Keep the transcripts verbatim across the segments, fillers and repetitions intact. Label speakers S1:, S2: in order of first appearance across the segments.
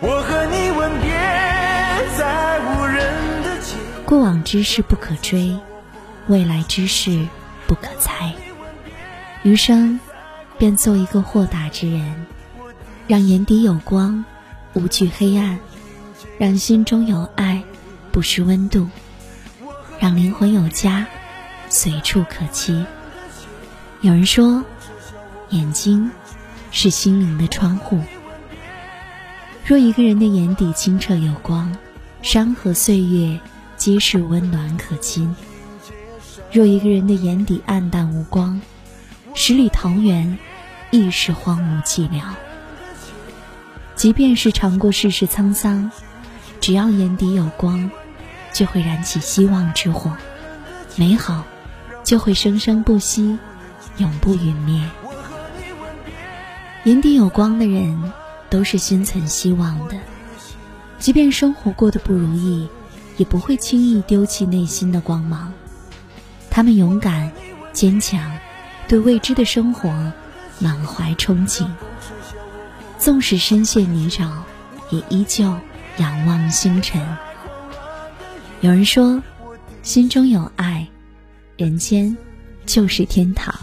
S1: 我和你吻别在无人的街。
S2: 过往之事不可追，未来之事不可猜，余生便做一个豁达之人，让眼底有光，无惧黑暗，让心中有爱，不失温度，让灵魂有家，随处可栖。有人说，眼睛是心灵的窗户。若一个人的眼底清澈有光，山河岁月皆是温暖可亲；若一个人的眼底暗淡无光，十里桃源亦是荒芜寂寥。即便是尝过世事沧桑，只要眼底有光，就会燃起希望之火，美好就会生生不息，永不陨灭。眼底有光的人都是心存希望的，即便生活过得不如意，也不会轻易丢弃内心的光芒。他们勇敢坚强，对未知的生活满怀憧憬，纵使深陷泥沼，也依旧仰望星辰。有人说，心中有爱，人间就是天堂。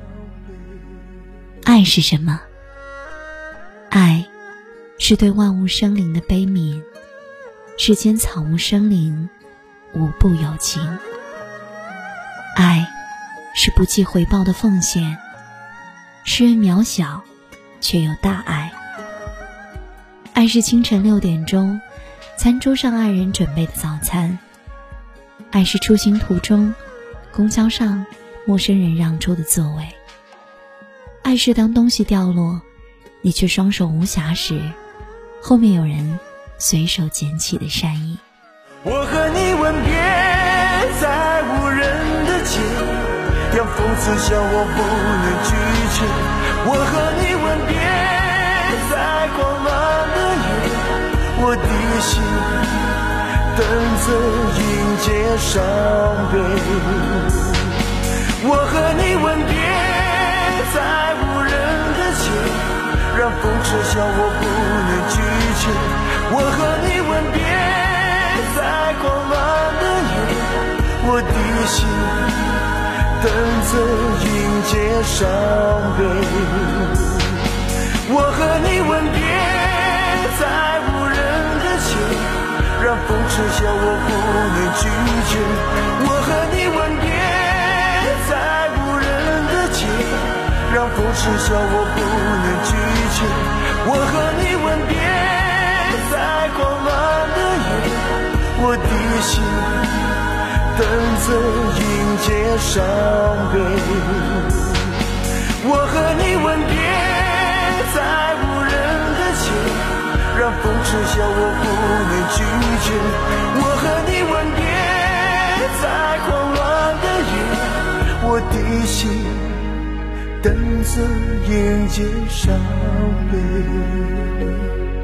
S2: 爱是什么？爱是对万物生灵的悲悯，世间草木生灵无不有情。爱是不计回报的奉献，世人渺小却有大爱。爱是清晨六点钟餐桌上爱人准备的早餐，爱是出行途中公交上陌生人让出的座位，爱是当东西掉落你却双手无暇时，后面有人随手捡起的善意。
S1: 我和你吻别在无人的街，让讽刺笑我不能拒绝。我和你吻别在狂乱的夜，我的心等着迎接伤悲。我和你吻别在无人的街，让风痴笑我不能拒绝。我和你吻别在狂乱的夜，我的心等着迎接伤悲。我和你吻别在无人的街，让风痴笑我不能拒绝。我和你吻别在无人的街，让风痴笑我不能拒绝。我和你吻别在狂乱的夜，我的心等着迎接伤悲。我和你吻别在无人的街，让风痴笑我不能拒绝。我和你吻别在狂乱的夜，我的心等着迎接伤悲。